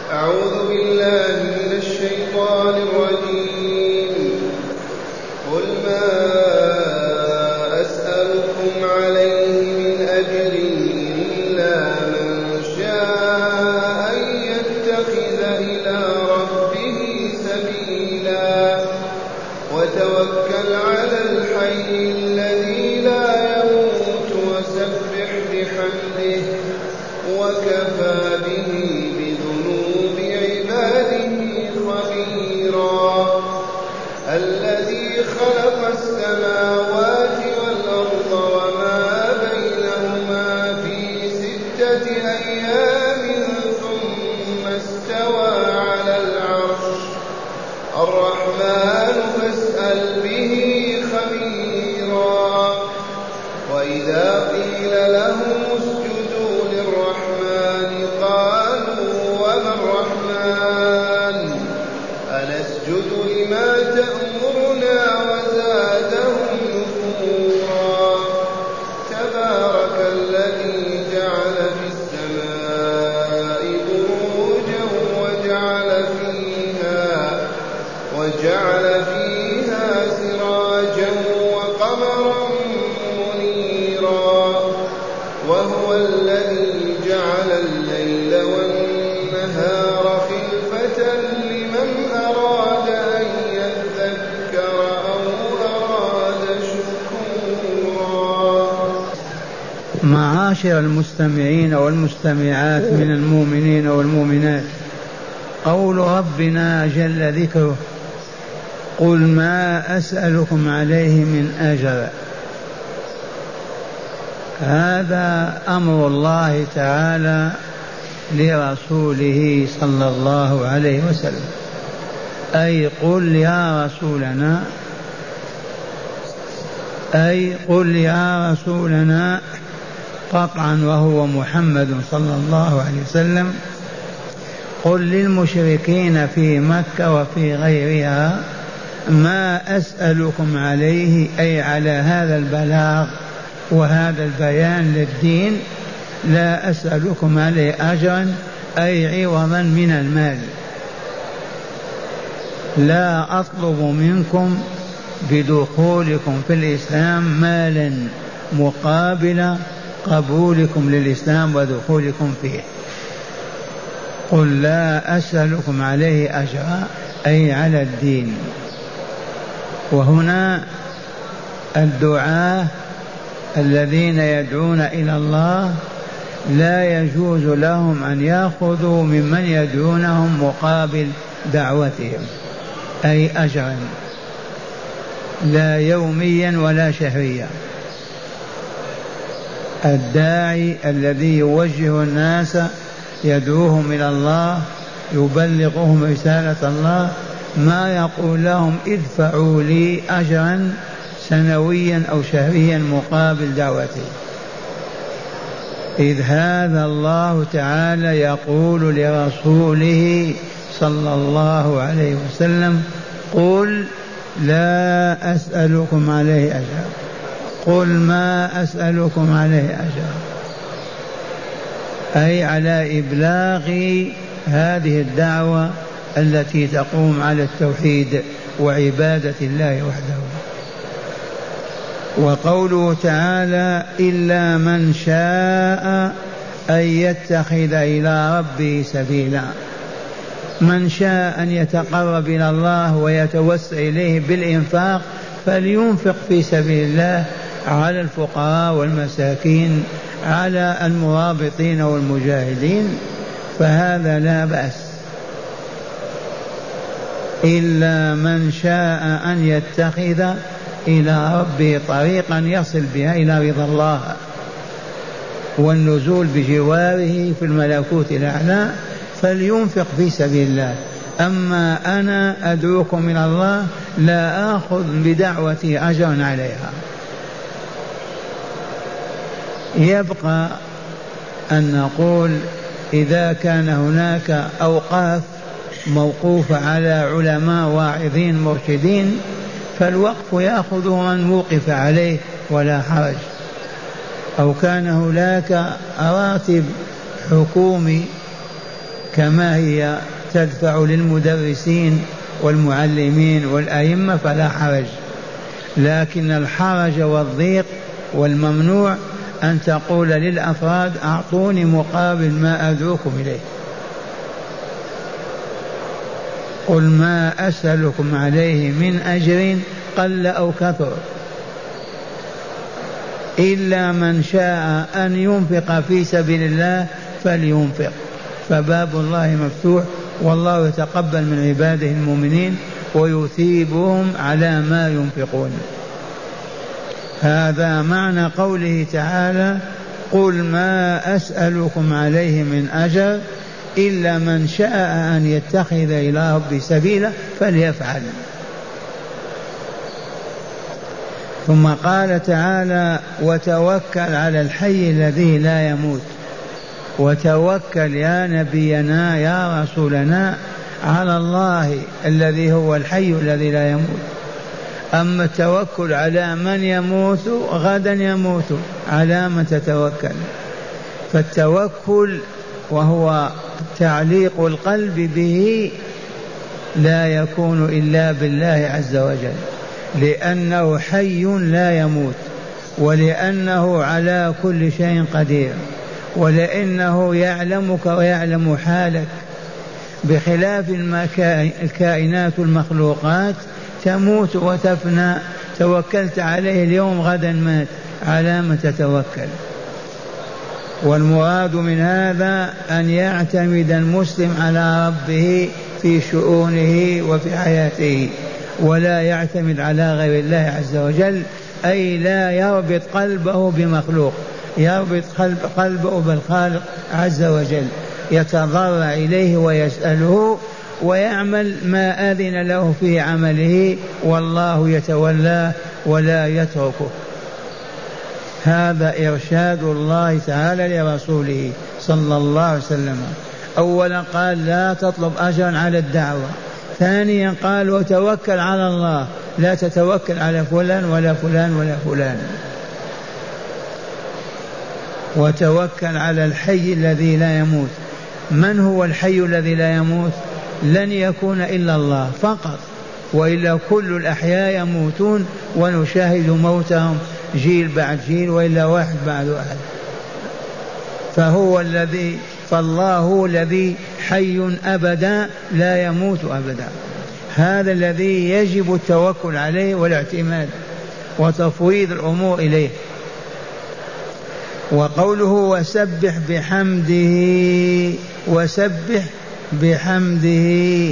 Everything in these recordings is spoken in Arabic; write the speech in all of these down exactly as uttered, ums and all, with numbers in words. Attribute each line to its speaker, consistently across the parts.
Speaker 1: أعوذ بالله من الشيطان الرجيم. قل ما أسألكم عليه من أجر إلا من شاء أن يتخذ إلى ربه سبيلا وتوكل على الحي الذي لا يموت وسبح بحمده وكفى به بذنوب عباده خبيرا. الذي خلق السماوات والأرض وما بينهما في ستة أيام ثم استوى على العرش الرحمن فاسأل به خبيرا. وإذا قيل لهم اسجدوا للرحمن قالوا وما الرحمن أنسجد لما تأمرنا وزادهم نفورا. تبارك الذي جعل في السماء بروجا وجعل فيها وجعل فيها سراجا وقمرا منيرا. وهو الذي جعل الليل والنهار خلفة لمن أراد أن يذكر أو أراد شكورا.
Speaker 2: معاشر المستمعين والمستمعات من المؤمنين والمؤمنات، قول ربنا جل ذكره: قل ما أسألكم عليه من أجر. هذا أمر الله تعالى لرسوله صلى الله عليه وسلم، أي قل يا رسولنا أي قل يا رسولنا قطعا وهو محمد صلى الله عليه وسلم، قل للمشركين في مكة وفي غيرها: ما أسألكم عليه، أي على هذا البلاغ وهذا البيان للدين، لا أسألكم عليه أجرا، أي عوضا من المال. لا أطلب منكم بدخولكم في الإسلام مالا مقابل قبولكم للإسلام ودخولكم فيه. قل لا أسألكم عليه أجرا، أي على الدين. وهنا الدعاة الذين يدعون إلى الله لا يجوز لهم أن يأخذوا ممن يدعونهم مقابل دعوتهم، أي أجرا، لا يوميا ولا شهريا. الداعي الذي يوجه الناس يدعوهم إلى الله يبلغهم رسالة الله ما يقول لهم ادفعوا لي أجرا سنويا أو شهريا مقابل دعوتي، إذ هذا الله تعالى يقول لرسوله صلى الله عليه وسلم: قل لا أسألكم عليه أجرا، قل ما أسألكم عليه أجرا، أي على إبلاغ هذه الدعوة التي تقوم على التوحيد وعبادة الله وحده. وقوله تعالى: إلا من شاء أن يتخذ إلى ربه سبيلا. من شاء أن يتقرب إلى الله ويتوسل إليه بالإنفاق فلينفق في سبيل الله على الفقراء والمساكين، على المرابطين والمجاهدين، فهذا لا بأس. إلا من شاء أن يتخذ إلى ربه طريقا يصل بها إلى رضا الله والنزول بجواره في الملكوت الأعلى فلينفق في سبيل الله. أما أنا أدعوكم إلى الله لا آخذ بدعوتي أجرا عليها. يبقى أن نقول إذا كان هناك أوقاف موقوفة على علماء واعظين مرشدين فالوقف يأخذ من وقف عليه ولا حرج. أو كان هناك راتب حكومي كما هي تدفع للمدرسين والمعلمين والأئمة فلا حرج، لكن الحرج والضيق والممنوع أن تقول للأفراد أعطوني مقابل ما أدعوكم إليه. قل ما أسألكم عليه من أجر قل أو كثر إلا من شاء أن ينفق في سبيل الله فلينفق، فباب الله مفتوح، والله يتقبل من عباده المؤمنين ويثيبهم على ما ينفقون. هذا معنى قوله تعالى قل ما أسألكم عليه من أجر إلا من شاء أن يتخذ إلى ربه سبيلا فليفعل. ثم قال تعالى وتوكل على الحي الذي لا يموت. وتوكل يا نبينا يا رسولنا على الله الذي هو الحي الذي لا يموت. أما التوكل على من يموت غدا يموت على من تتوكل؟ فالتوكل وهو تعليق القلب به لا يكون إلا بالله عز وجل، لأنه حي لا يموت، ولأنه على كل شيء قدير، ولأنه يعلمك ويعلم حالك، بخلاف الكائنات المخلوقات تموت وتفنى، توكلت عليه اليوم غدا مات، على ما تتوكل؟ والمراد من هذا أن يعتمد المسلم على ربه في شؤونه وفي حياته، ولا يعتمد على غير الله عز وجل، أي لا يربط قلبه بمخلوق، يربط قلب قلبه بالخالق عز وجل، يتضرع إليه ويسأله ويعمل ما أذن له في عمله، والله يتولاه ولا يتركه. هذا إرشاد الله تعالى لرسوله صلى الله عليه وسلم. أولا قال لا تطلب أجرا على الدعوة، ثانيا قال وتوكل على الله، لا تتوكل على فلان ولا فلان ولا فلان. وتوكل على الحي الذي لا يموت. من هو الحي الذي لا يموت؟ لن يكون إلا الله فقط، وإلا كل الأحياء يموتون ونشاهد موتهم جيل بعد جيل، وإلا واحد بعد واحد. فهو الذي فالله هو الذي حي أبدا لا يموت أبدا. هذا الذي يجب التوكل عليه والاعتماد وتفويض الأمور إليه. وقوله وسبح بحمده، وسبح بحمده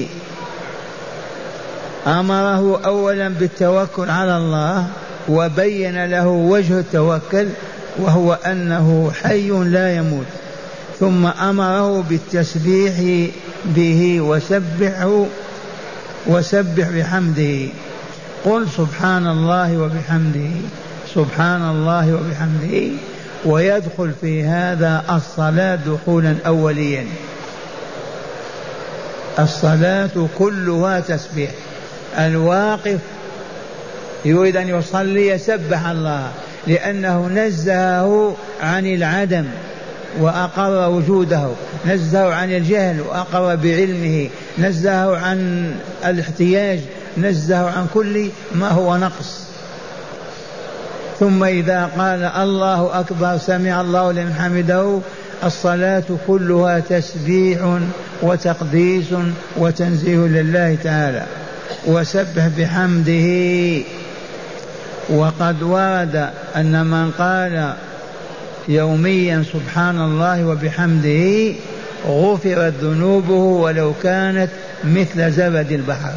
Speaker 2: أمره أولا بالتوكل على الله، وبين له وجه التوكل وهو أنه حي لا يموت، ثم أمره بالتسبيح به وسبحه وسبح بحمده. قل سبحان الله وبحمده، سبحان الله وبحمده. ويدخل في هذا الصلاة دخولا أوليا. الصلاة كلها تسبيح. الواقف يريد أن يصلي يسبح الله، لأنه نزهه عن العدم وأقر وجوده، نزهه عن الجهل وأقر بعلمه، نزهه عن الاحتياج، نزهه عن كل ما هو نقص. ثم إذا قال الله أكبر سمع الله لمن حمده، الصلاة كلها تسبيح وتقديس وتنزيه لله تعالى. وسبح بحمده. وقد ورد أن من قال يوميا سبحان الله وبحمده غفرت ذنوبه ولو كانت مثل زبد البحر.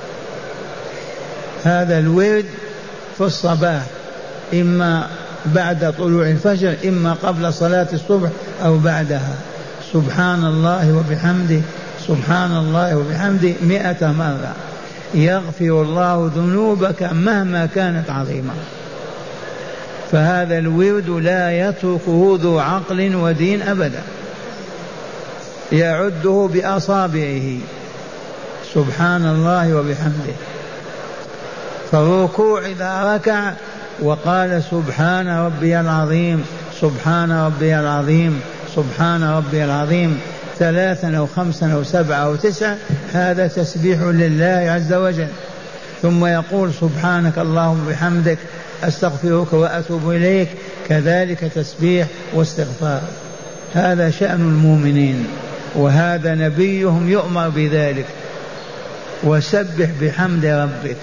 Speaker 2: هذا الورد في الصباح، إما بعد طلوع الفجر، إما قبل صلاة الصبح أو بعدها. سبحان الله وبحمده، سبحان الله وبحمده مئة مرة، يغفر الله ذنوبك مهما كانت عظيمة. فهذا الورد لا يتركه ذو عقل ودين أبدا، يعده بأصابعه. سبحان الله وبحمده. فالركوع إذا ركع وقال سبحان ربي العظيم، سبحان ربي العظيم، سبحان ربي العظيم، ثلاثا أو خمسا أو سبعة أو تسعة، هذا تسبيح لله عز وجل. ثم يقول سبحانك اللهم وبحمدك أستغفرك وأتوب إليك، كذلك تسبيح واستغفار. هذا شأن المؤمنين، وهذا نبيهم يؤمر بذلك. وسبح بحمد ربك.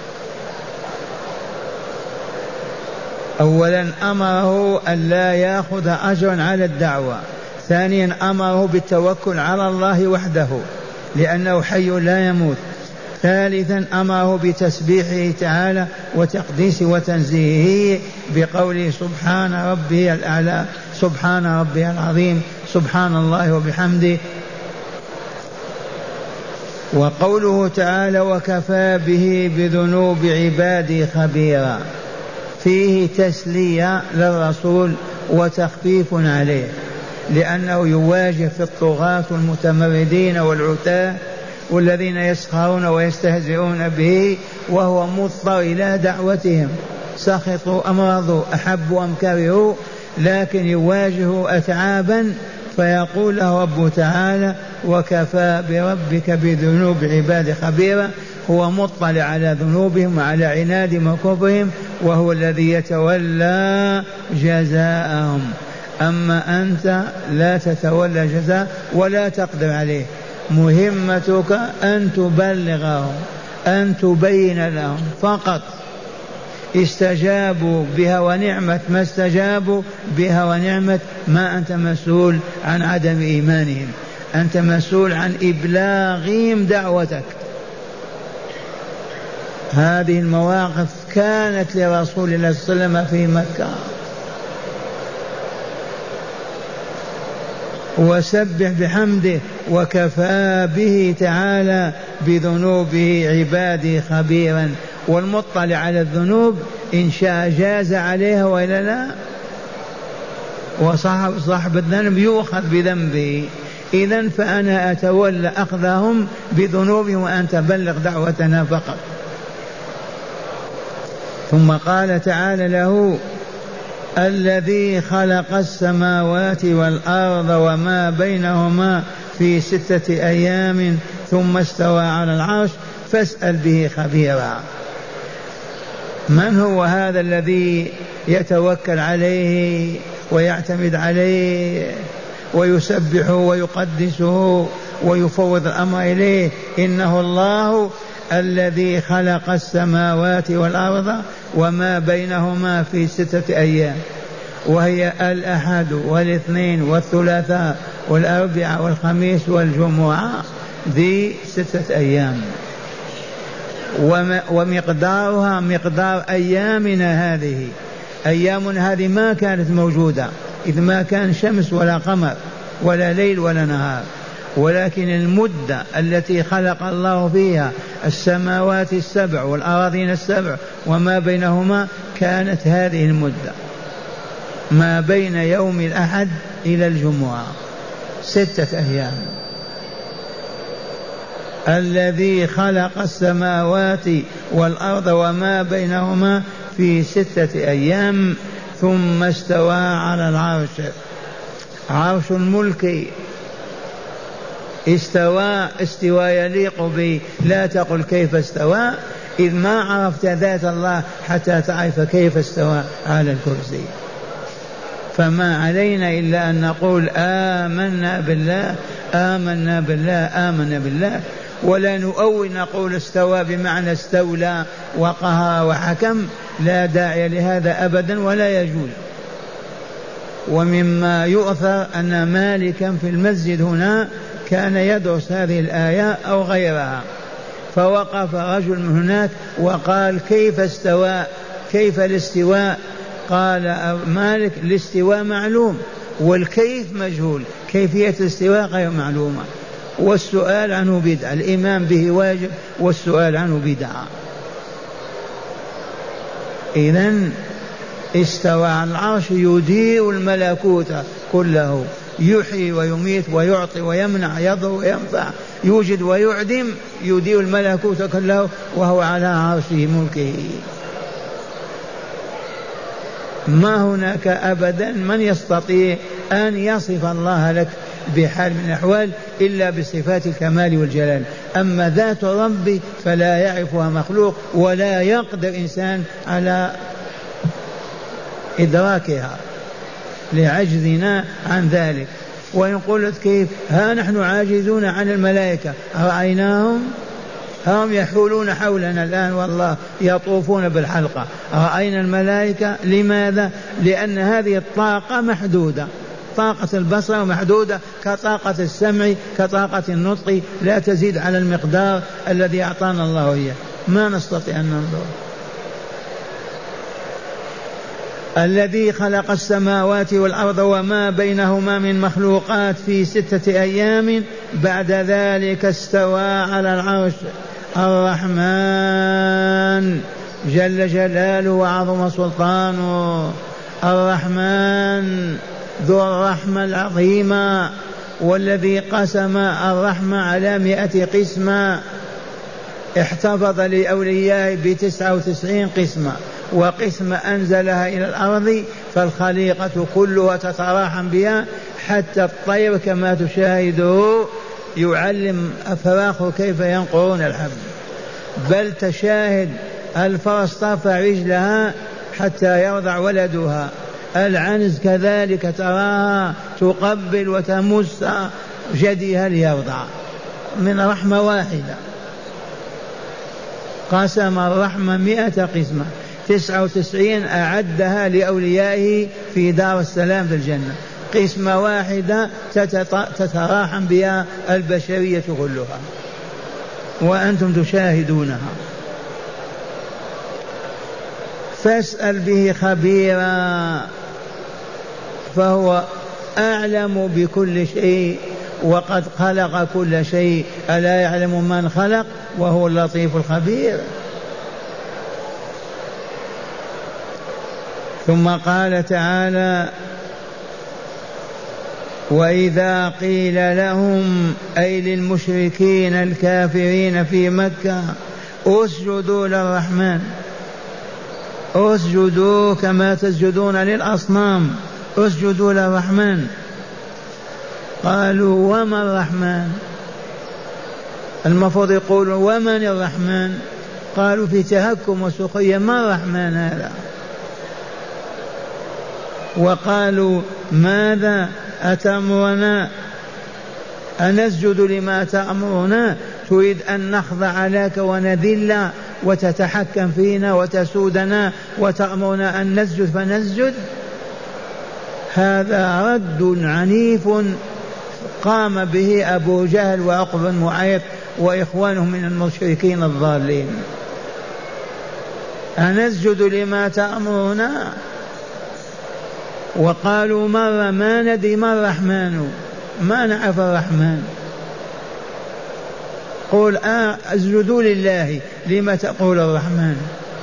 Speaker 2: أولا أمره أن لا يأخذ أجرا على الدعوة، ثانيا أمره بالتوكل على الله وحده لأنه حي لا يموت، ثالثا أمره بتسبيحه تعالى وتقديس وتنزيهه بقوله سبحان ربي الأعلى، سبحان ربي العظيم، سبحان الله وبحمده. وقوله تعالى وكفى به بذنوب عباده خبيرا، فيه تسلية للرسول وتخفيف عليه، لأنه يواجه في الطغاة المتمردين والعتاة والذين يسخرون ويستهزئون به، وهو مضطر إلى دعوتهم، سخطوا أم رضوا أحبوا أم كرهوا، لكن يواجه أتعابا. فيقول له رب تعالى وكفى بربك بذنوب عباده خبيرا، هو مطلع على ذنوبهم وعلى عنادهم وكفرهم، وهو الذي يتولى جزاءهم. أما أنت لا تتولى جزاء ولا تقدر عليه، مهمتك أن تبلغهم، أن تبين لهم فقط. استجابوا بها ونعمت، ما استجابوا بها ونعمت، ما أنت مسؤول عن عدم إيمانهم، أنت مسؤول عن إبلاغهم دعوتك. هذه المواقف كانت لرسول الله صلى الله عليه وسلم في مكة. وسبح بحمده وكفى به تعالى بذنوبه عباده خبيرا، والمطلع على الذنوب إن شاء جاز عليها وإلا لا، وصاحب صاحب الذنب يؤخذ بذنبه. إذن فأنا أتولى أخذهم بذنوبهم وأنت بلغ دعوتنا فقط. ثم قال تعالى له الذي خلق السماوات والأرض وما بينهما في ستة أيام ثم استوى على العرش فاسأل به خبيرا. من هو هذا الذي يتوكل عليه ويعتمد عليه ويسبحه ويقدسه ويفوض الأمر إليه؟ إنه الله الذي خلق السماوات والأرض وما بينهما في ستة أيام، وهي الأحد والاثنين والثلاثاء والأربعاء والخميس والجمعة، ذي ستة أيام. ومقدارها مقدار أيامنا هذه. أيامنا هذه ما كانت موجودة إذ ما كان شمس ولا قمر ولا ليل ولا نهار، ولكن المدة التي خلق الله فيها السماوات السبع والأراضين السبع وما بينهما كانت هذه المدة، ما بين يوم الأحد إلى الجمعة، ستة أيام. الذي خلق السماوات والأرض وما بينهما في ستة أيام ثم استوى على العرش. عرش الملك استوى استوى يليق به، لا تقل كيف استوى إذ ما عرفت ذات الله حتى تعرف كيف استوى على الكرسي. فما علينا إلا أن نقول آمنا بالله آمنا بالله آمنا بالله، ولا نؤول نقول استوى بمعنى استولى وقهر وحكم، لا داعي لهذا أبدا ولا يجوز. ومما يؤثر أن مالكا في المسجد هنا كان يدرس هذه الآية أو غيرها، فوقف رجل من هناك وقال كيف استوى، كيف الاستواء؟ قال مالك الاستواء معلوم والكيف مجهول، كيفية الاستواء غير معلومة، والسؤال عنه بدعة، الإيمان به واجب والسؤال عنه بدعة. إذن استوى على العرش يدير الملكوت كله، يحيي ويميت ويعطي ويمنع، يضر وينفع، يوجد ويعدم، يدير الملكوت كله وهو على عرشه ملكه. ما هناك أبدا من يستطيع أن يصف الله لك بحال من الأحوال إلا بصفات الكمال والجلال. أما ذات الرب فلا يعرفها مخلوق ولا يقدر إنسان على إدراكها لعجزنا عن ذلك. وإن قلت كيف؟ ها نحن عاجزون عن الملائكة، رأيناهم هم يحولون حولنا الآن والله يطوفون بالحلقة. رأينا الملائكة. لماذا؟ لأن هذه الطاقة محدودة، طاقة البصر محدودة كطاقة السمع كطاقة النطق، لا تزيد على المقدار الذي أعطانا الله إياه، ما نستطيع أن ننظر. الذي خلق السماوات والأرض وما بينهما من مخلوقات في ستة أيام بعد ذلك استوى على العرش. الرحمن جل جلاله وعظم سلطانه، الرحمن ذو الرحمة العظيمة، والذي قسم الرحمة على مئة قسمة، احتفظ لأوليائه بتسعة وتسعين قسمة، وقسمة أنزلها إلى الأرض، فالخليقة كلها تتراحم بها، حتى الطير كما تشاهده يعلم أفراخه كيف ينقرون الحب، بل تشاهد الفرس ترفع رجلها حتى يرضع ولدها، العنز كذلك تراها تقبل وتمس جديها ليرضع، من رحمة واحدة. قسم الرحمة مئة قسمة، تسعة وتسعين أعدها لأوليائه في دار السلام في الجنة، قسمة واحدة تتراحم بها البشرية كلها وأنتم تشاهدونها. فاسأل به خبيرا فهو أعلم بكل شيء وقد خلق كل شيء، ألا يعلم من خلق وهو اللطيف الخبير. ثم قال تعالى: وإذا قيل لهم أي للمشركين الكافرين في مكة اسجدوا للرحمن، اسجدوا كما تسجدون للأصنام، اسجدوا للرحمن، قالوا وما الرحمن؟ المفروض يقولوا ومن الرحمن؟ قالوا في تهكم وسخرية ما الرحمن هذا؟ وقالوا ماذا أتأمرنا أن نسجد لما تأمرنا؟ تريد أن نخضع لك ونذل وتتحكم فينا وتسودنا وتأمرنا أن نسجد فنسجد؟ هذا رد عنيف قام به أبو جهل وعقبة بن معيط وإخوانهم من المشركين الضالين. أنسجد لما تأمرنا؟ وقالوا مرة ما ندري ما الرحمن، ما نعرف الرحمن. قل آه اسجدوا لله، لما تقول الرحمن؟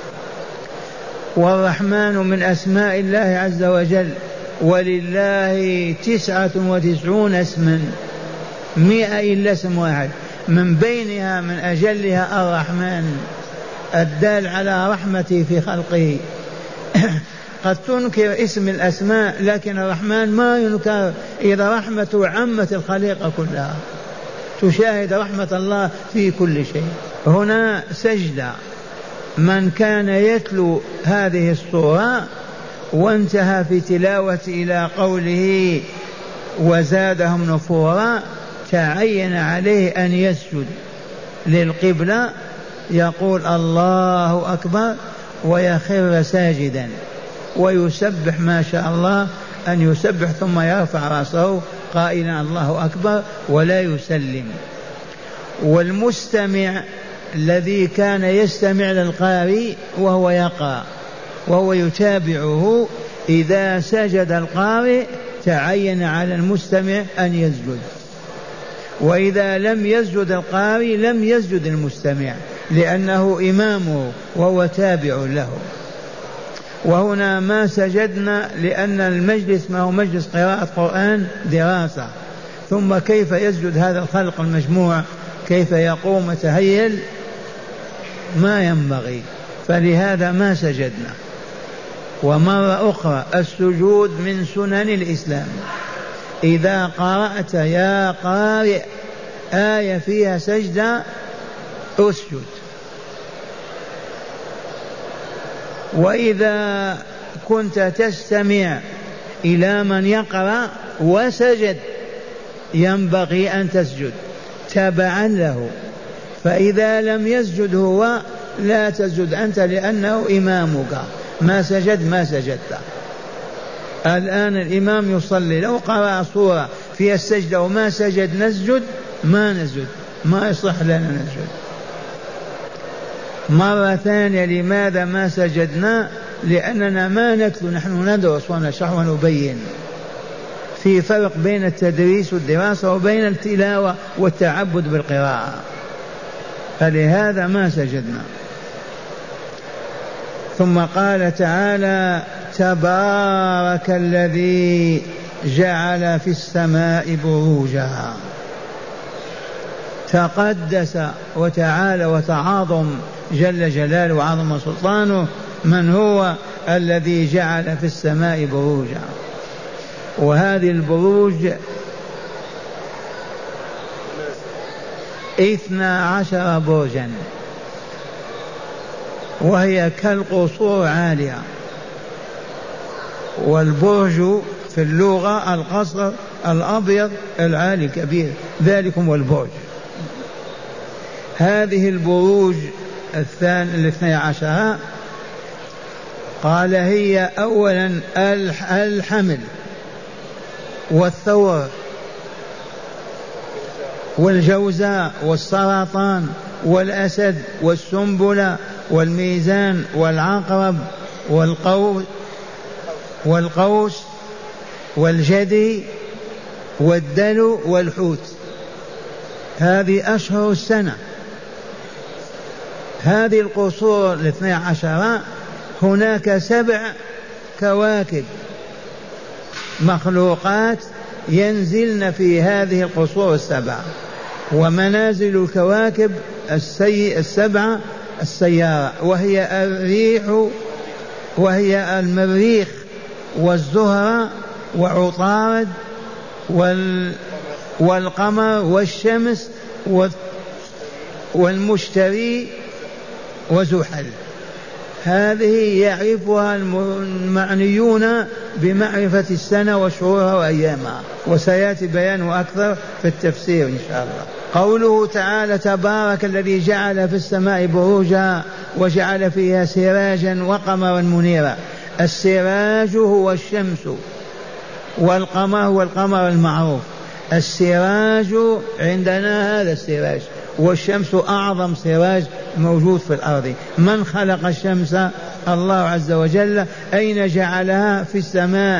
Speaker 2: والرحمن من أسماء الله عز وجل، ولله تسعة وتسعون اسما، مئة إلا اسم واحد، من بينها من أجلها الرحمن الدال على رحمته في خلقه. قد تنكر اسم الأسماء لكن الرحمن ما ينكر إذا رحمته عمت الخليقة كلها، تشاهد رحمة الله في كل شيء. هنا سجدة من كان يتلو هذه الصورة وانتهى في تلاوة إلى قوله وزادهم نفورا، تعين عليه أن يسجد للقبلة، يقول الله أكبر ويخر ساجدا ويسبح ما شاء الله أن يسبح، ثم يرفع رأسه قائلا الله أكبر ولا يسلم. والمستمع الذي كان يستمع للقارئ وهو يقرأ وهو يتابعه، إذا سجد القارئ تعين على المستمع أن يسجد، وإذا لم يسجد القارئ لم يسجد المستمع لأنه إمامه وهو تابع له. وهنا ما سجدنا لأن المجلس ما هو مجلس قراءة قرآن دراسة، ثم كيف يسجد هذا الخلق المجموع؟ كيف يقوم وتهيل؟ ما ينبغي، فلهذا ما سجدنا. ومرة أخرى السجود من سنن الإسلام، إذا قرأت يا قارئ آية فيها سجدة أسجد، وإذا كنت تستمع إلى من يقرأ وسجد ينبغي أن تسجد تبعا له، فإذا لم يسجد هو لا تسجد أنت لأنه إمامك، ما سجد ما سجدت. الآن الإمام يصلي لو قرأ صورة فيها السجدة وما سجد نسجد؟ ما نسجد، ما يصح لنا نسجد. مرة ثانية لماذا ما سجدنا؟ لأننا ما نتلو، نحن ندرس ونشرح ونبين. في فرق بين التدريس والدراسة وبين التلاوة والتعبد بالقراءة، فلهذا ما سجدنا. ثم قال تعالى تبارك الذي جعل في السماء بروجا. تقدس وتعالى وتعاظم جل جلاله وعظم سلطانه من هو الذي جعل في السماء بروجا. وهذه البروج اثنا عشر برجا، وهي كالقصور عالية. والبرج في اللغة القصر الأبيض العالي الكبير، ذلكم والبرج. هذه البروج الثانية الاثنى عشر قال هي أولا الحمل والثور والجوزاء والسرطان والأسد والسنبلة والميزان والعقرب والقوس والقوس والجدي والدلو والحوت. هذه أشهر السنة. هذه القصور الاثنى عشر هناك سبع كواكب مخلوقات ينزلن في هذه القصور السبع. ومنازل الكواكب السي السبعة السيارة، وهي الريح وهي المريخ والزهرة وعطارد وال والقمر والشمس والمشتري وزحل. هذه يعرفها المعنيون بمعرفة السنة وشهورها وأيامها، وسيأتي بيانه أكثر في التفسير إن شاء الله. قوله تعالى تبارك الذي جعل في السماء بروجا وجعل فيها سراجا وقمرا منيرا. السراج هو الشمس، والقمر هو القمر المعروف. السراج عندنا هذا السراج، والشمس أعظم سراج موجود في الأرض. من خلق الشمس؟ الله عز وجل. أين جعلها؟ في السماء،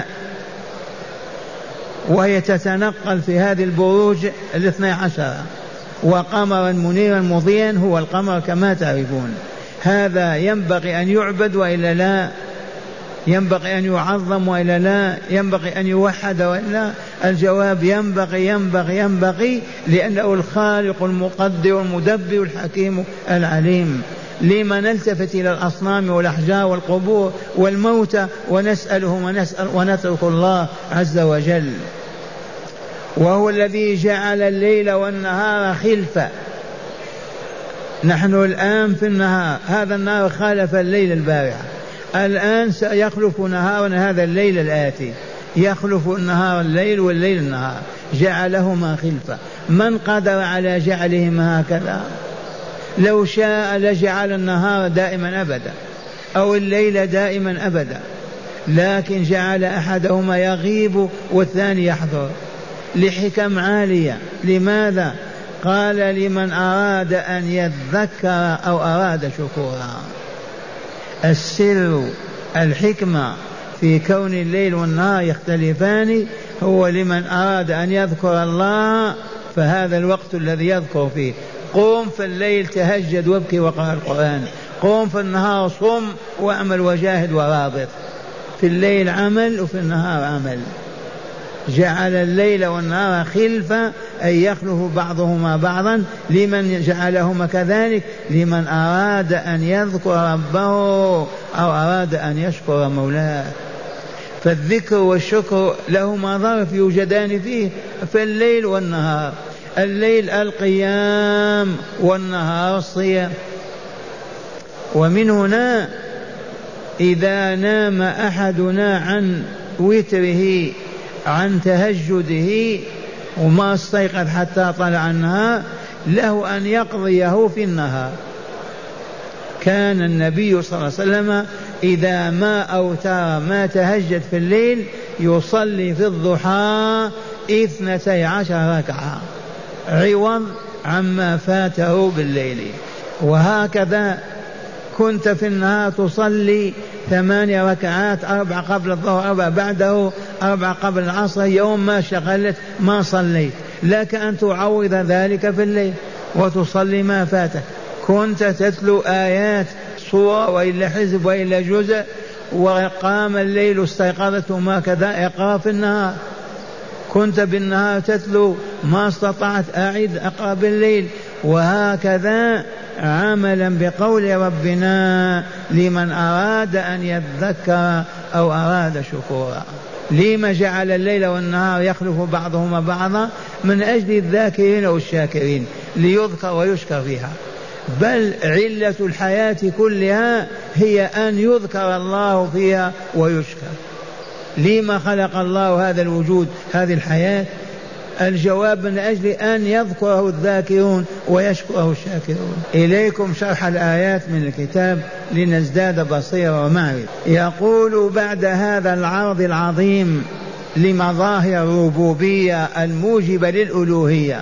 Speaker 2: وهي تتنقل في هذه البروج الاثنى عشر. وقمرا منيرا مضيا هو القمر كما تعرفون. هذا ينبغي أن يعبد وإلا لا؟ ينبغي أن يعظم وإلا لا؟ ينبغي أن يوحد وإلا؟ الجواب ينبغي ينبغي ينبغي، لأنه الخالق المقدر المدبر الحكيم العليم. لما نلتفت إلى الأصنام والأحجار والقبور والموتى ونسألهم ونسأل ونترك الله عز وجل؟ وهو الذي جعل الليل والنهار خلفة. نحن الآن في النهار، هذا النهار خالف الليل البارحة، الآن سيخلف نهارنا هذا الليل الآتي، يخلف النهار الليل والليل النهار، جعلهما خلفة. من قدر على جعلهما هكذا؟ لو شاء لجعل النهار دائما أبدا أو الليل دائما أبدا، لكن جعل أحدهما يغيب والثاني يحضر لحكم عالية. لماذا؟ قال لمن أراد أن يذكر أو أراد شكورا. السر الحكمة في كون الليل والنهار يختلفان هو لمن أراد أن يذكر الله، فهذا الوقت الذي يذكر فيه. قوم في الليل تهجد وابكي وقرأ القرآن، قوم في النهار صم واعمل وجاهد ورابط. في الليل عمل وفي النهار عمل. جعل الليل والنهار خلفة، أي يخلف بعضهما بعضا. لمن جعلهما كذلك؟ لمن أراد أن يذكر ربه أو أراد أن يشكر مولاه. فالذكر والشكر لهما ظرف يوجدان فيه في الليل والنهار، الليل القيام والنهار الصيام. ومن هنا إذا نام أحدنا عن وتره عن تهجده وما استيقظ حتى طلع النهار له أن يقضيه في النهار. كان النبي صلى الله عليه وسلم إذا ما أوتر ما تهجد في الليل يصلي في الضحى اثنتي عشر ركعة عوض عما فاته بالليل. وهكذا كنت في النهار تصلي ثمانية ركعات، أربع قبل الظهر، أربع بعده، أربع قبل العصر. يوم ما شغلت ما صليت لك أن تعوض ذلك في الليل وتصلي ما فاتك. كنت تتلو آيات صورة وإلا حزب وإلا جزء، وقام الليل استيقظت وما كذا اقرأ في النهار. كنت بالنهار تتلو ما استطعت أعد أقرأ بالليل. وهكذا عملا بقول ربنا لمن أراد أن يذكر أو أراد شكورا. لما جعل الليل والنهار يخلف بعضهما بعضا؟ من أجل الذاكرين والشاكرين ليذكر ويشكر فيها. بل علة الحياة كلها هي أن يذكر الله فيها ويشكر. لما خلق الله هذا الوجود هذه الحياة؟ الجواب من أجل أن يذكره الذاكرون ويشكره الشاكرون. إليكم شرح الآيات من الكتاب لنزداد بصيرة ومعرفة. يقول بعد هذا العرض العظيم لمظاهر الربوبية الموجبة للألوهية،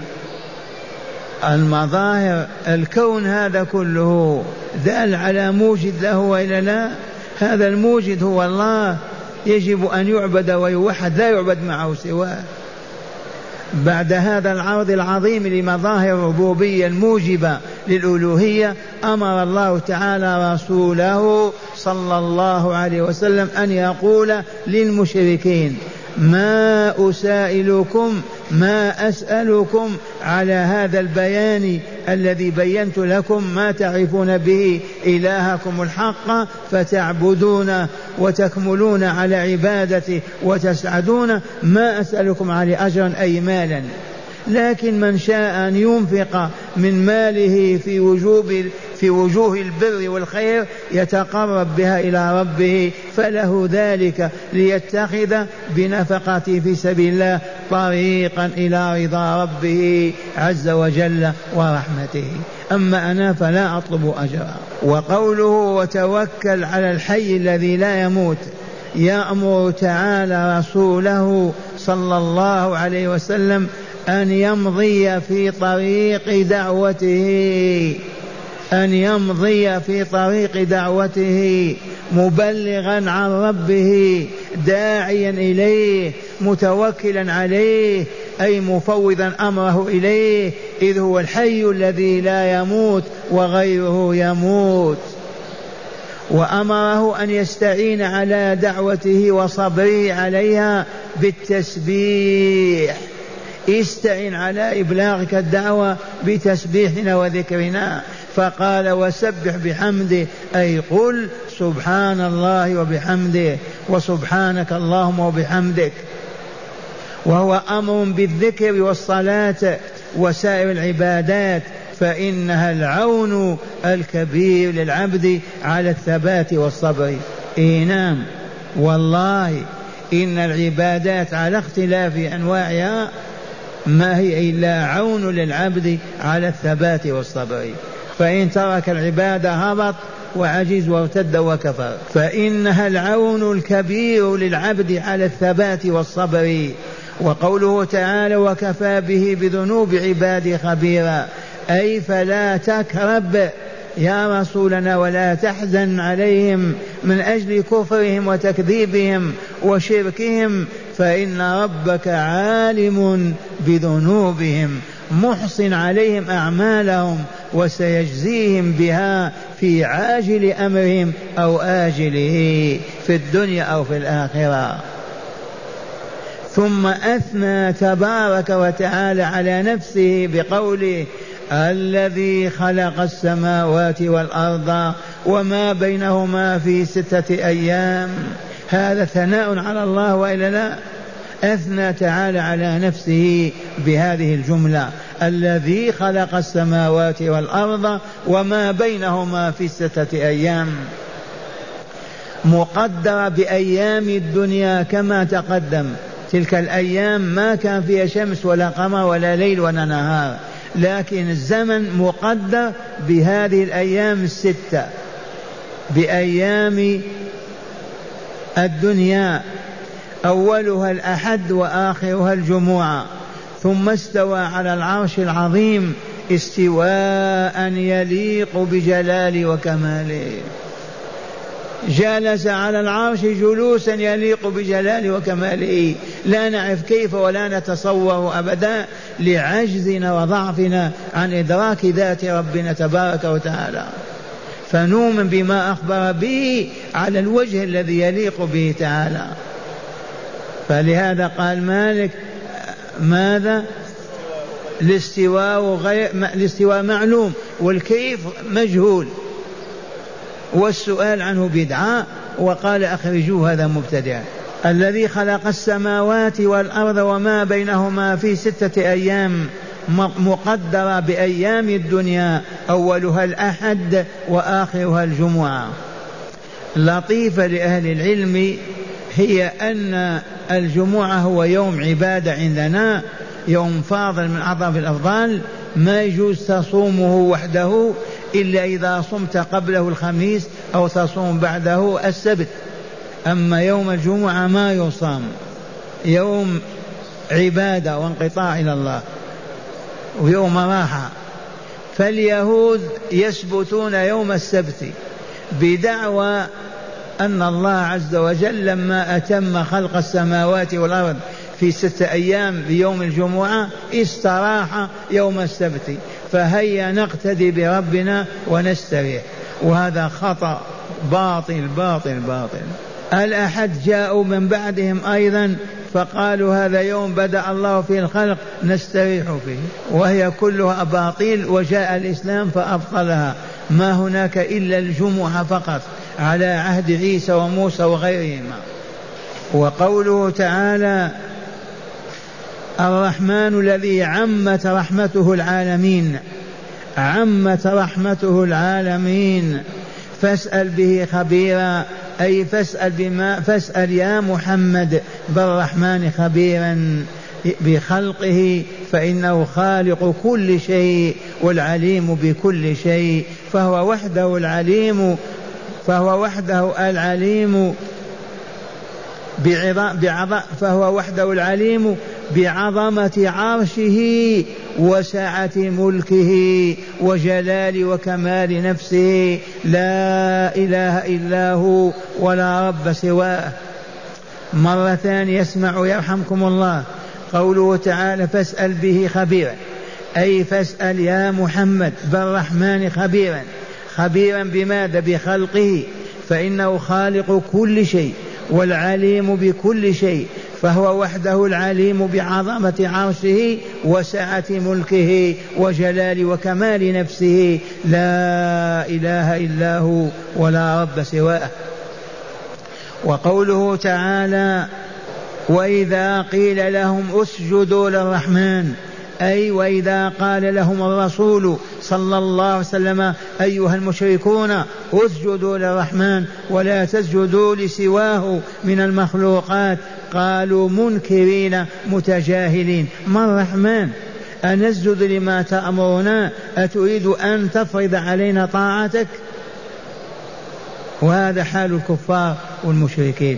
Speaker 2: المظاهر الكون هذا كله دال على موجد له وإلا لا؟ هذا الموجد هو الله، يجب أن يعبد ويوحد، لا يعبد معه سواه. بعد هذا العرض العظيم لمظاهر الربوبية الموجبة للألوهية أمر الله تعالى رسوله صلى الله عليه وسلم أن يقول للمشركين: ما أسائلكم ما أسألكم على هذا البيان الذي بينت لكم ما تعرفون به إلهكم الحق فتعبدون وتكملون على عبادته وتسعدون، ما أسألكم عليه أجرا أي مالا، لكن من شاء أن ينفق من ماله في وجوب في وجوه البر والخير يتقرب بها إلى ربه فله ذلك، ليتخذ بنفقته في سبيل الله طريقا إلى رضا ربه عز وجل ورحمته. أما أنا فلا أطلب أجرا. وقوله وتوكل على الحي الذي لا يموت يأمر تعالى رسوله صلى الله عليه وسلم أن يمضي في طريق دعوته أن يمضي في طريق دعوته مبلغا عن ربه داعيا إليه متوكلا عليه، أي مفوضا أمره إليه، إذ هو الحي الذي لا يموت وغيره يموت. وأمره أن يستعين على دعوته وصبره عليها بالتسبيح. استعن على إبلاغك الدعوة بتسبيحنا وذكرنا، فقال وسبح بحمده، أي قل سبحان الله وبحمده وسبحانك اللهم وبحمدك. وهو أمر بالذكر والصلاة وسائر العبادات، فإنها العون الكبير للعبد على الثبات والصبر. إي نعم والله إن العبادات على اختلاف أنواعها ما هي إلا عون للعبد على الثبات والصبر، فإن ترك العبادة هبط وعجز وارتد وكفر. فإنها العون الكبير للعبد على الثبات والصبر. وقوله تعالى وكفى به بذنوب عباده خبيرا، أي فلا تكرب يا رسولنا ولا تحزن عليهم من أجل كفرهم وتكذيبهم وشركهم، فإن ربك عالم بذنوبهم محصن عليهم أعمالهم وسيجزيهم بها في عاجل أمرهم أو آجله في الدنيا أو في الآخرة. ثم أثنى تبارك وتعالى على نفسه بقوله الذي خلق السماوات والأرض وما بينهما في ستة أيام هذا ثناء على الله وإلا لا؟ أثنى تعالى على نفسه بهذه الجملة: الذي خلق السماوات والأرض وما بينهما في ستة أيام، مقدرة بأيام الدنيا كما تقدم. تلك الأيام ما كان فيها شمس ولا قمر ولا ليل ولا نهار، لكن الزمن مقدر بهذه الأيام الستة، بأيام الدنيا، أولها الأحد وآخرها الجمعة. ثم استوى على العرش العظيم استواء يليق بجلاله وكماله. جلس على العرش جلوسا يليق بجلاله وكماله، لا نعرف كيف ولا نتصور أبدا لعجزنا وضعفنا عن إدراك ذات ربنا تبارك وتعالى، فنؤمن بما أخبر به على الوجه الذي يليق به تعالى. فلهذا قال مالك: ماذا؟ الاستواء غير الاستواء معلوم والكيف مجهول، والسؤال عنه بدعة. وقال: أخرجوه، هذا مبتدع. الذي خلق السماوات والأرض وما بينهما في ستة أيام مقدرة بأيام الدنيا، أولها الأحد وآخرها الجمعة. لطيفة لأهل العلم هي أن الجمعة هو يوم عبادة عندنا، يوم فاضل من أعظم الأفضال، ما يجوز تصومه وحده إلا إذا صمت قبله الخميس أو تصوم بعده السبت. أما يوم الجمعة ما يصام، يوم عبادة وانقطاع إلى الله ويوم راحة. فاليهود يثبتون يوم السبت بدعوى أن الله عز وجل لما أتم خلق السماوات والأرض في ستة أيام بيوم الجمعة استراح يوم السبت، فهيا نقتدي بربنا ونستريح. وهذا خطأ باطل باطل باطل. الأحد جاءوا من بعدهم أيضا فقالوا هذا يوم بدأ الله فيه الخلق نستريح فيه، وهي كلها أباطيل، وجاء الإسلام فأبطلها. ما هناك إلا الجمعة فقط على عهد عيسى وموسى وغيرهما. وقوله تعالى: الرحمن الذي عمت رحمته العالمين، عمت رحمته العالمين، فاسأل به خبيرا، أي فاسأل بما فاسأل يا محمد بالرحمن خبيرا بخلقه، فإنه خالق كل شيء والعليم بكل شيء، فهو وحده العليم، فهو وحده العليم بعظم فهو وحده العليم بعظمة عرشه وسعة ملكه وجلال وكمال نفسه، لا إله إلا هو ولا رب سواه. مرة ثانية يسمع يرحمكم الله قوله تعالى: فاسأل به خبيرا، أي فاسأل يا محمد بالرحمن خبيرا. خبيرا بماذا؟ بخلقه، فإنه خالق كل شيء والعليم بكل شيء، فهو وحده العليم بعظمة عرشه وسعة ملكه وجلال وكمال نفسه، لا إله إلا هو ولا رب سواه. وقوله تعالى: وإذا قيل لهم اسجدوا للرحمن، أي وإذا قال لهم الرسول صلى الله عليه وسلم أيها المشركون اسجدوا للرحمن ولا تسجدوا لسواه من المخلوقات، قالوا منكرين متجاهلين: ما الرحمن؟ أنسجد لما تأمرنا؟ أتريد أن تفرض علينا طاعتك؟ وهذا حال الكفار والمشركين.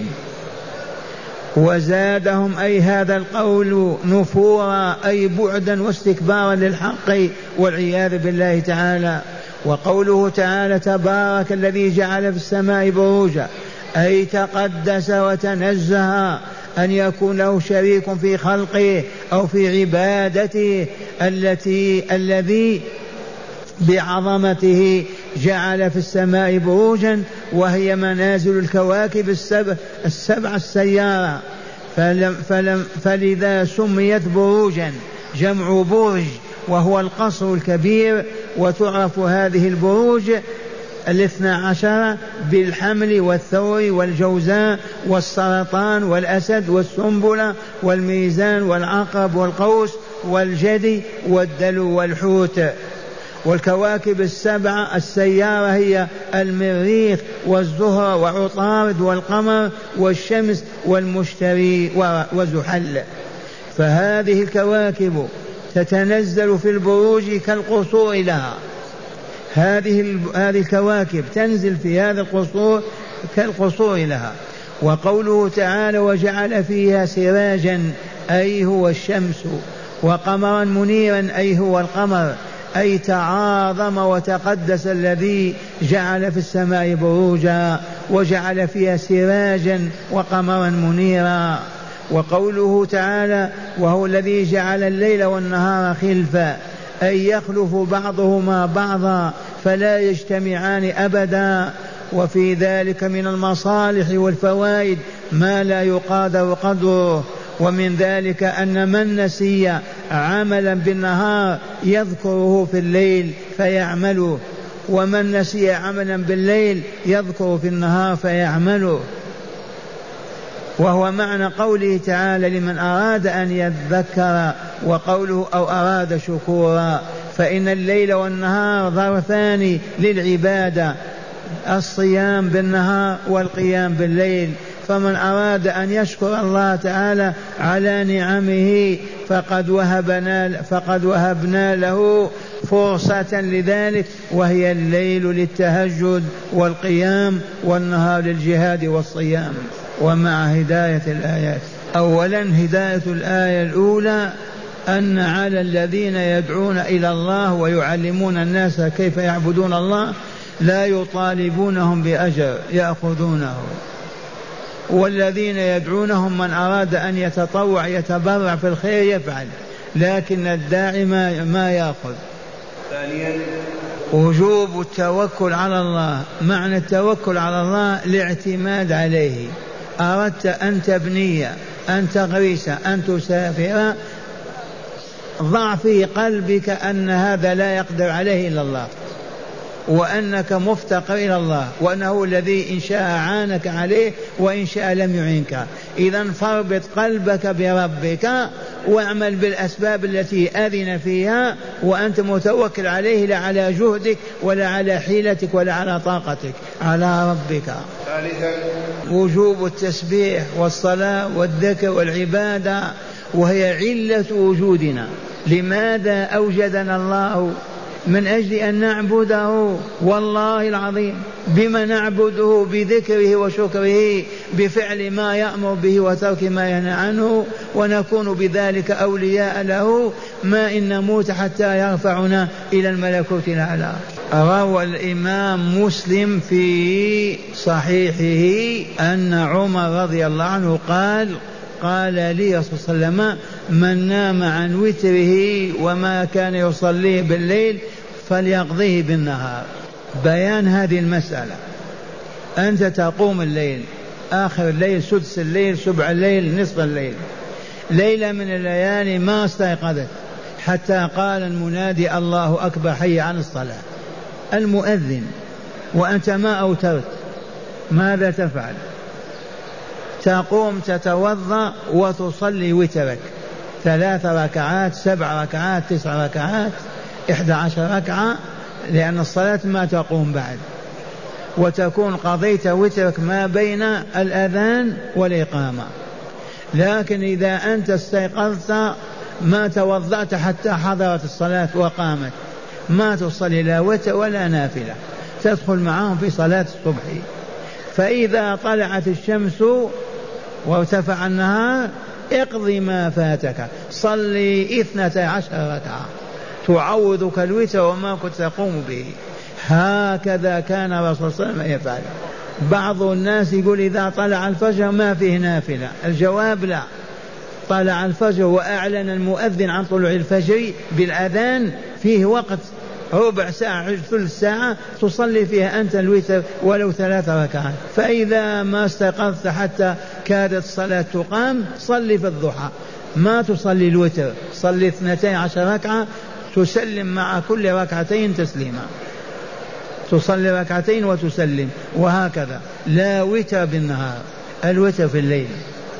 Speaker 2: وزادهم أي هذا القول نفورا، أي بعدا واستكبارا للحق والعياذ بالله تعالى. وقوله تعالى: تبارك الذي جعل في السماء بروجا، أي تقدس وتنزه أن يكون له شريك في خلقه أو في عبادته، التي الذي بعظمته جعل في السماء بروجا، وهي منازل الكواكب السبع, السبع السيارة، فلم فلم فلذا سميت بروجا، جمع برج وهو القصر الكبير. وتعرف هذه البروج الاثنى عشر بالحمل والثور والجوزاء والسرطان والأسد والسنبلة والميزان والعقرب والقوس والجدي والدلو والحوت. والكواكب السبعة السيارة هي المريخ والزهرة وعطارد والقمر والشمس والمشتري وزحل. فهذه الكواكب تتنزل في البروج كالقصور لها، هذه هذه الكواكب تنزل في هذا القصور كالقصور لها. وقوله تعالى وجعل فيها سراجا أي هو الشمس وقمرا منيرا أي هو القمر، أي تعاظم وتقدس الذي جعل في السماء بروجا وجعل فيها سراجا وقمرا منيرا. وقوله تعالى وهو الذي جعل الليل والنهار خلفا أي يخلف بعضهما بعضا فلا يجتمعان أبدا. وفي ذلك من المصالح والفوائد ما لا يقادر قدره. ومن ذلك أن من نسي عملا بالنهار يذكره في الليل فيعمله، ومن نسي عملا بالليل يذكر في النهار فيعمله. وهو معنى قوله تعالى لمن أراد أن يذكر، وقوله أو أراد شكورا، فإن الليل والنهار ظرفان للعبادة، الصيام بالنهار والقيام بالليل. فمن أراد أن يشكر الله تعالى على نعمه فقد وهبنا, فقد وهبنا له فرصة لذلك، وهي الليل للتهجد والقيام والنهار للجهاد والصيام. ومع هداية الآيات، أولا هداية الآية الأولى أن على الذين يدعون إلى الله ويعلمون الناس كيف يعبدون الله لا يطالبونهم بأجر يأخذونه، والذين يدعونهم من أراد أن يتطوع يتبرع في الخير يفعل، لكن الداعي ما, ما يأخذ. ثانيا وجوب التوكل على الله. معنى التوكل على الله الاعتماد عليه. أردت أن تبني، أن تغرس، أن تسافر، ضع في قلبك أن هذا لا يقدر عليه إلا الله، وأنك مفتقر إلى الله، وأنه الذي إن شاء عانك عليه وإن شاء لم يعينك. إذن فاربط قلبك بربك واعمل بالأسباب التي أذن فيها وأنت متوكل عليه، لا على جهدك ولا على حيلتك ولا على طاقتك، على ربك. ثالثا وجوب التسبيح والصلاة والذكر والعبادة، وهي علة وجودنا. لماذا أوجدنا الله؟ من أجل أن نعبده، والله العظيم. بما نعبده؟ بذكره وشكره، بفعل ما يأمر به وترك ما ينهى عنه، ونكون بذلك أولياء له ما إن نموت حتى يرفعنا إلى الملكوت الأعلى. روى الإمام مسلم في صحيحه أن عمر رضي الله عنه قال قال لي صلى الله عليه وسلم من نام عن وتره وما كان يصليه بالليل فليقضيه بالنهار. بيان هذه المسألة. أنت تقوم الليل، آخر الليل، سدس الليل، سبع الليل، نصف الليل، ليلة من الليالي ما استيقظت حتى قال المنادي الله أكبر حي على الصلاة، المؤذن، وأنت ما أوترت، ماذا تفعل؟ تقوم تتوضأ وتصلي وترك، ثلاث ركعات، سبع ركعات، تسع ركعات، إحدى عشر ركعة، لأن الصلاة ما تقوم بعد، وتكون قضيت وترك ما بين الأذان والإقامة. لكن إذا أنت استيقظت ما توضأت حتى حضرت الصلاة وقامت، ما تصلي لا وتر ولا نافلة، تدخل معهم في صلاة الصبح. فإذا طلعت الشمس وارتفع النهار اقضي ما فاتك، صلي اثنتي عشر ركعة تعوضك الوتر وما كنت تقوم به. هكذا كان رسول الله صلى الله عليه وسلم يفعل. بعض الناس يقول إذا طلع الفجر ما فيه نافلة، الجواب لا. طلع الفجر وأعلن المؤذن عن طلوع الفجر بالأذان، فيه وقت ربع ساعة ثلث ساعة تصلي فيها أنت الوتر ولو ثلاث ركعات. فإذا ما استيقظت حتى كادت الصلاة تقام صلي في الضحى، ما تصلي الوتر، صلي اثنتي عشر ركعة، تسلم مع كل ركعتين تسليما. تصلي ركعتين وتسلم، وهكذا. لا وتر بالنهار، الوتر في الليل.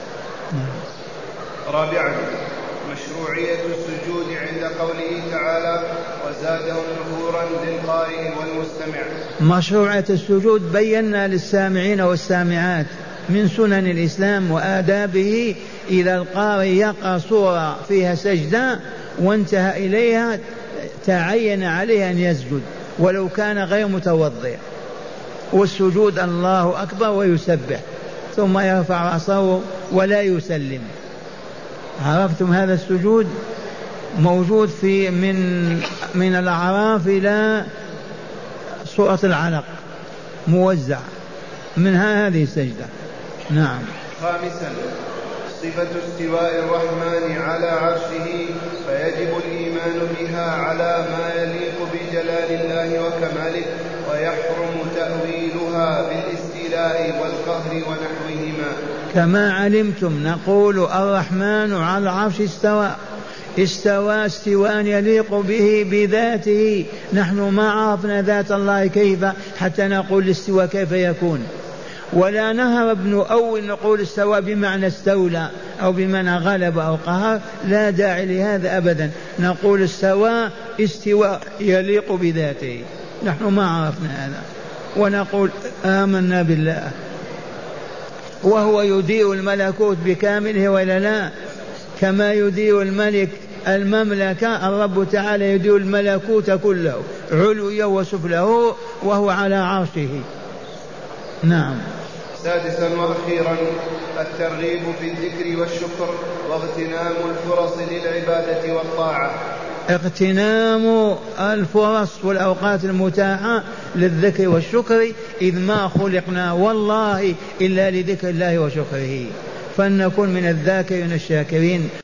Speaker 1: رابعا مشروعية السجود عند قوله تعالى وزادهم نفورا للقارئ والمستمع.
Speaker 2: مشروعية السجود بينا للسامعين والسامعات من سنن الإسلام وآدابه. إذا القارئ يقرأ سورة فيها سجدة وانتهى إليها تعين عليه أن يسجد ولو كان غير متوضئ. والسجود الله أكبر ويسبح ثم يرفع رأسه ولا يسلم. عرفتم هذا السجود؟ موجود في من من الأعراف إلى سورة العلق، موزع منها هذه السجدة. نعم.
Speaker 1: خامسا صفة استواء الرحمن على عرشه، فيجب الإيمان بها على ما يليق بجلال الله وكماله، ويحرم تأويلها بالاستيلاء والقهر ونحوهما.
Speaker 2: كما علمتم نقول الرحمن على العرش استوى، استوى استواء يليق به بذاته. نحن ما عرفنا ذات الله كيف حتى نقول الاستواء كيف يكون، ولا نهرب نؤول نقول استوى بمعنى استولى أو بمعنى غلب أو قهر. لا داعي لهذا أبدا، نقول استوى استواء يليق بذاته. نحن ما عرفنا هذا، ونقول آمنا بالله. وهو يدير الملكوت بكامله ولا لا؟ كما يدير الملك المملكة، الرب تعالى يدير الملكوت كله علويا وسفله وهو على عرشه. نعم.
Speaker 1: سادسا وأخيرا الترغيب في الذكر والشكر واغتنام الفرص للعبادة والطاعة.
Speaker 2: اغتنام الفرص والأوقات المتاحة للذكر والشكر، إذ ما خلقنا والله إلا لذكر الله وشكره، فلنكن من الذاكرين الشاكرين.